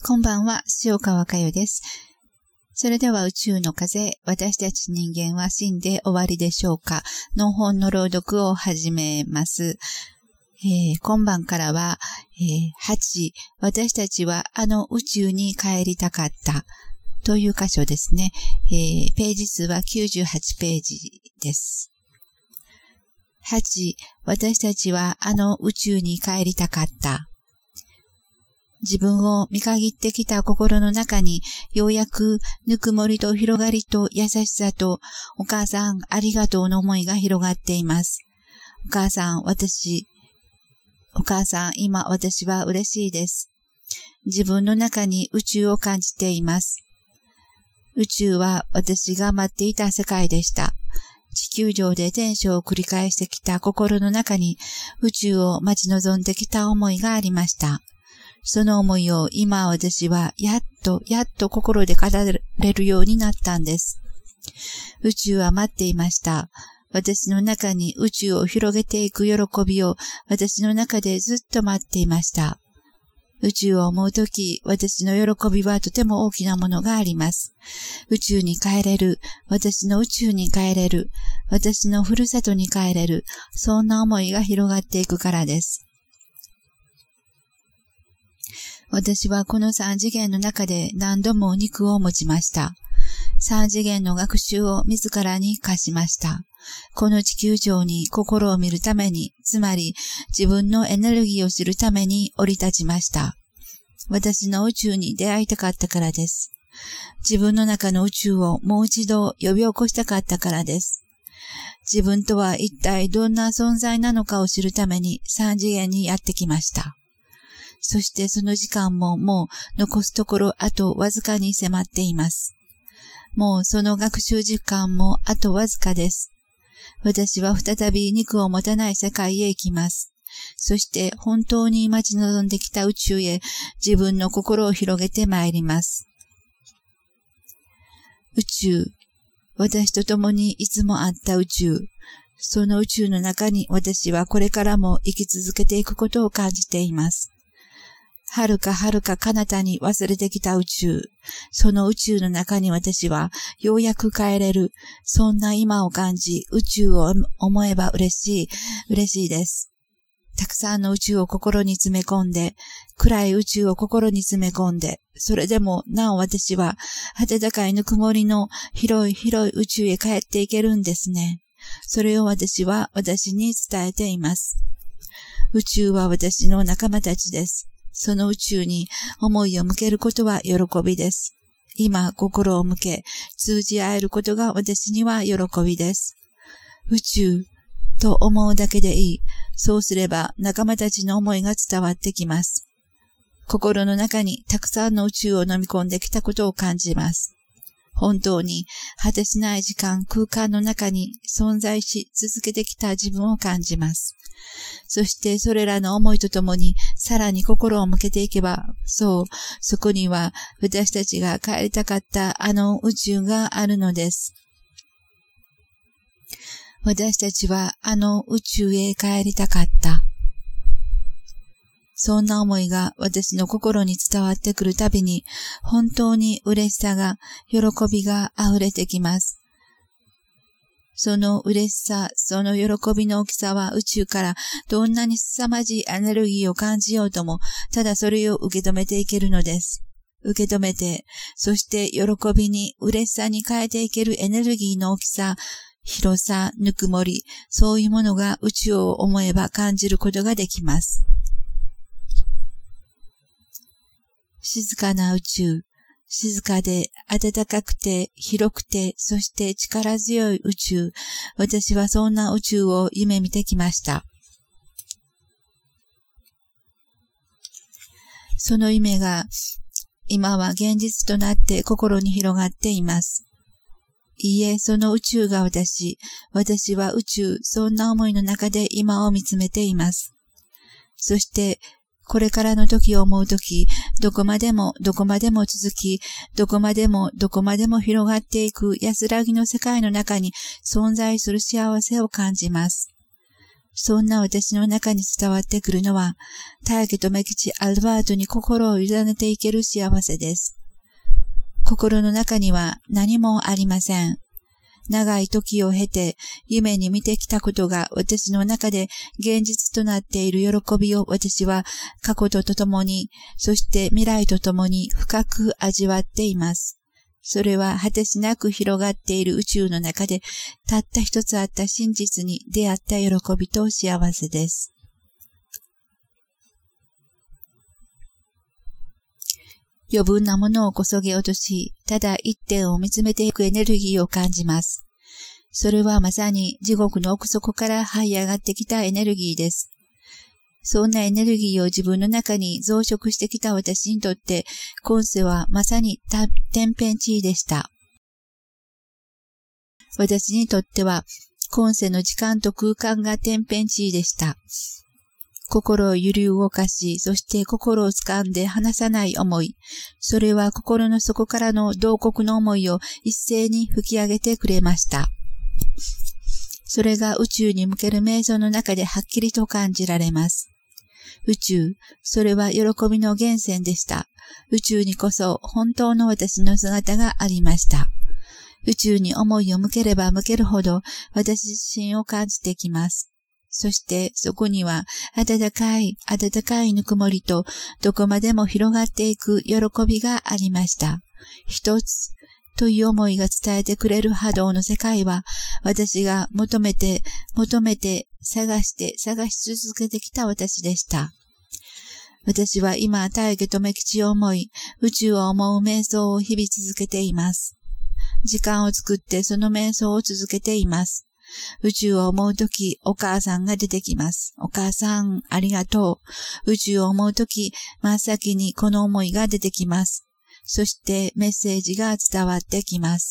こんばんは、塩川佳代です。それでは宇宙の風、私たち人間は死んで終わりでしょうかの本の朗読を始めます。今晩からは、8、私たちはあの宇宙に帰りたかったという箇所ですね。ページ数は98ページです。8、私たちはあの宇宙に帰りたかった。自分を見限ってきた心の中に、ようやくぬくもりと広がりと優しさと、お母さんありがとうの思いが広がっています。お母さん今私は嬉しいです。自分の中に宇宙を感じています。宇宙は私が待っていた世界でした。地球上で転生を繰り返してきた心の中に宇宙を待ち望んできた思いがありました。その思いを今私はやっと心で語れるようになったんです。宇宙は待っていました。私の中に宇宙を広げていく喜びを私の中でずっと待っていました。宇宙を思うとき、私の喜びはとても大きなものがあります。宇宙に帰れる、私の宇宙に帰れる、私のふるさとに帰れる、そんな思いが広がっていくからです。私はこの3次元の中で何度も肉を持ちました。3次元の学習を自らに課しました。この地球上に心を見るために、つまり自分のエネルギーを知るために降り立ちました。私の宇宙に出会いたかったからです。自分の中の宇宙をもう一度呼び起こしたかったからです。自分とは一体どんな存在なのかを知るために3次元にやってきました。そしてその時間ももう残すところあとわずかに迫っています。もうその学習時間もあとわずかです。私は再び肉を持たない世界へ行きます。そして本当に待ち望んできた宇宙へ自分の心を広げてまいります。宇宙、私と共にいつもあった宇宙、その宇宙の中に私はこれからも生き続けていくことを感じています。はるか彼方に忘れてきた宇宙。その宇宙の中に私はようやく帰れる。そんな今を感じ、宇宙を思えば嬉しいです。たくさんの宇宙を心に詰め込んで、暗い宇宙を心に詰め込んで、それでもなお私は暖かいぬくもりの広い宇宙へ帰っていけるんですね。それを私は私に伝えています。宇宙は私の仲間たちです。その宇宙に思いを向けることは喜びです。今心を向け、通じ合えることが私には喜びです。宇宙と思うだけでいい。そうすれば仲間たちの思いが伝わってきます。心の中にたくさんの宇宙を飲み込んできたことを感じます。本当に果てしない時間、空間の中に存在し続けてきた自分を感じます。そしてそれらの思いとともにさらに心を向けていけば、そこには私たちが帰りたかったあの宇宙があるのです。私たちはあの宇宙へ帰りたかった。そんな思いが私の心に伝わってくるたびに、本当に嬉しさが、喜びが溢れてきます。その嬉しさ、その喜びの大きさは宇宙からどんなに凄まじいエネルギーを感じようとも、ただそれを受け止めていけるのです。受け止めて、そして喜びに、嬉しさに変えていけるエネルギーの大きさ、広さ、ぬくもり、そういうものが宇宙を思えば感じることができます。静かな宇宙、静かで暖かくて広くてそして力強い宇宙、私はそんな宇宙を夢見てきました。その夢が今は現実となって心に広がっています。いいえ、その宇宙が私は宇宙、そんな思いの中で今を見つめています。そしてこれからの時を思う時、どこまでも続き、どこまでも広がっていく安らぎの世界の中に存在する幸せを感じます。 そんな私の中に伝わってくるのは、大家留吉アルバートに心を委ねていける幸せです。心の中には何もありません。長い時を経て夢に見てきたことが私の中で現実となっている喜びを私は過去とともに、そして未来とともに深く味わっています。それは果てしなく広がっている宇宙の中でたった一つあった真実に出会った喜びと幸せです。余分なものをこそげ落とし、ただ一点を見つめていくエネルギーを感じます。それはまさに地獄の奥底から這い上がってきたエネルギーです。そんなエネルギーを自分の中に増殖してきた私にとって、今世はまさに天変地異でした。私にとっては、今世の時間と空間が天変地異でした。心を揺り動かし、そして心を掴んで離さない思い。それは心の底からの慟哭の思いを一斉に吹き上げてくれました。それが宇宙に向ける瞑想の中ではっきりと感じられます。宇宙、それは喜びの源泉でした。宇宙にこそ本当の私の姿がありました。宇宙に思いを向ければ向けるほど私自身を感じてきます。そしてそこには温かいぬくもりとどこまでも広がっていく喜びがありました。一つという思いが伝えてくれる波動の世界は私が求めて探し続けてきた私でした。私は今大家留吉を思い、宇宙を思う瞑想を日々続けています。時間を作ってその瞑想を続けています。宇宙を思うとき、お母さんが出てきます。お母さん、ありがとう。宇宙を思うとき、真っ先にこの思いが出てきます。そしてメッセージが伝わってきます。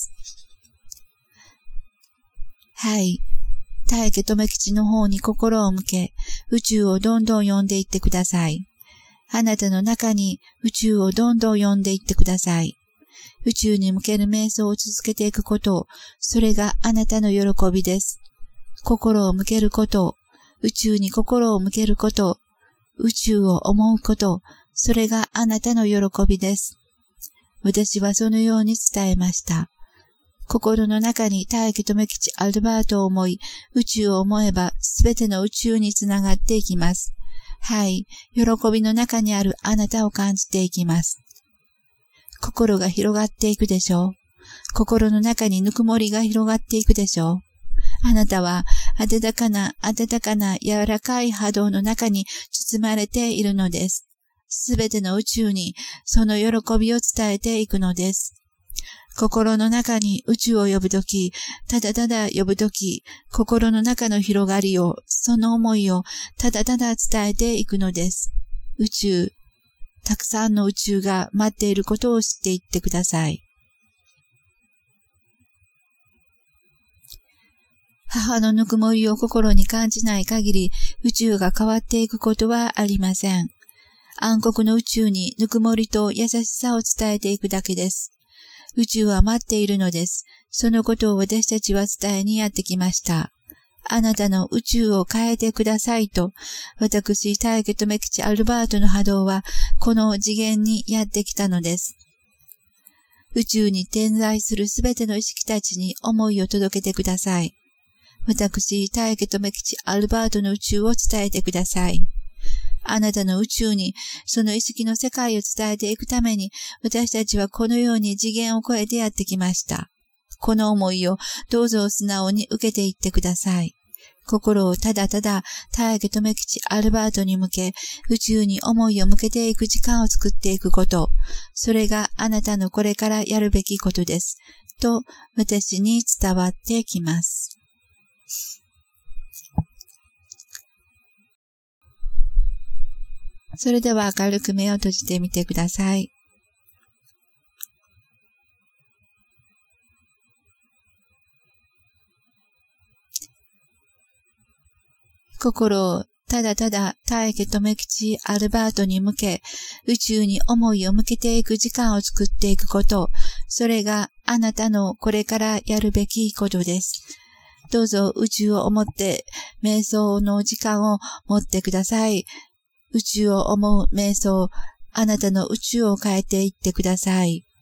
はい。大家留吉の方に心を向け、宇宙をどんどん呼んでいってください。あなたの中に宇宙をどんどん呼んでいってください。宇宙に向ける瞑想を続けていくこと、それがあなたの喜びです。心を向けること、宇宙に心を向けること、宇宙を思うこと、それがあなたの喜びです。私はそのように伝えました。心の中に大家留吉アルバートを思い、宇宙を思えばすべての宇宙につながっていきます。はい、喜びの中にあるあなたを感じていきます。心が広がっていくでしょう。心の中にぬくもりが広がっていくでしょう。あなたは温かな柔らかい波動の中に包まれているのです。すべての宇宙にその喜びを伝えていくのです。心の中に宇宙を呼ぶとき、ただただ呼ぶとき、心の中の広がりを、その思いをただただ伝えていくのです。宇宙、たくさんの宇宙が待っていることを知っていってください。母のぬくもりを心に感じない限り、宇宙が変わっていくことはありません。暗黒の宇宙にぬくもりと優しさを伝えていくだけです。宇宙は待っているのです。そのことを私たちは伝えにやってきました。あなたの宇宙を変えてくださいと、私、大家留吉アルバートの波動は、この次元にやってきたのです。宇宙に点在するすべての意識たちに思いを届けてください。私、大家留吉アルバートの宇宙を伝えてください。あなたの宇宙に、その意識の世界を伝えていくために、私たちはこのように次元を超えてやってきました。この思いをどうぞ素直に受けていってください。心をただただ大家留吉アルバートに向け、宇宙に思いを向けていく時間を作っていくこと。それがあなたのこれからやるべきことです。と私に伝わってきます。それでは明るく目を閉じてみてください。心をただただ大家留吉アルバートに向け、宇宙に思いを向けていく時間を作っていくこと、それがあなたのこれからやるべきことです。 どうぞ宇宙を思って瞑想の時間を持ってください。宇宙を思う瞑想、あなたの宇宙を変えていってください。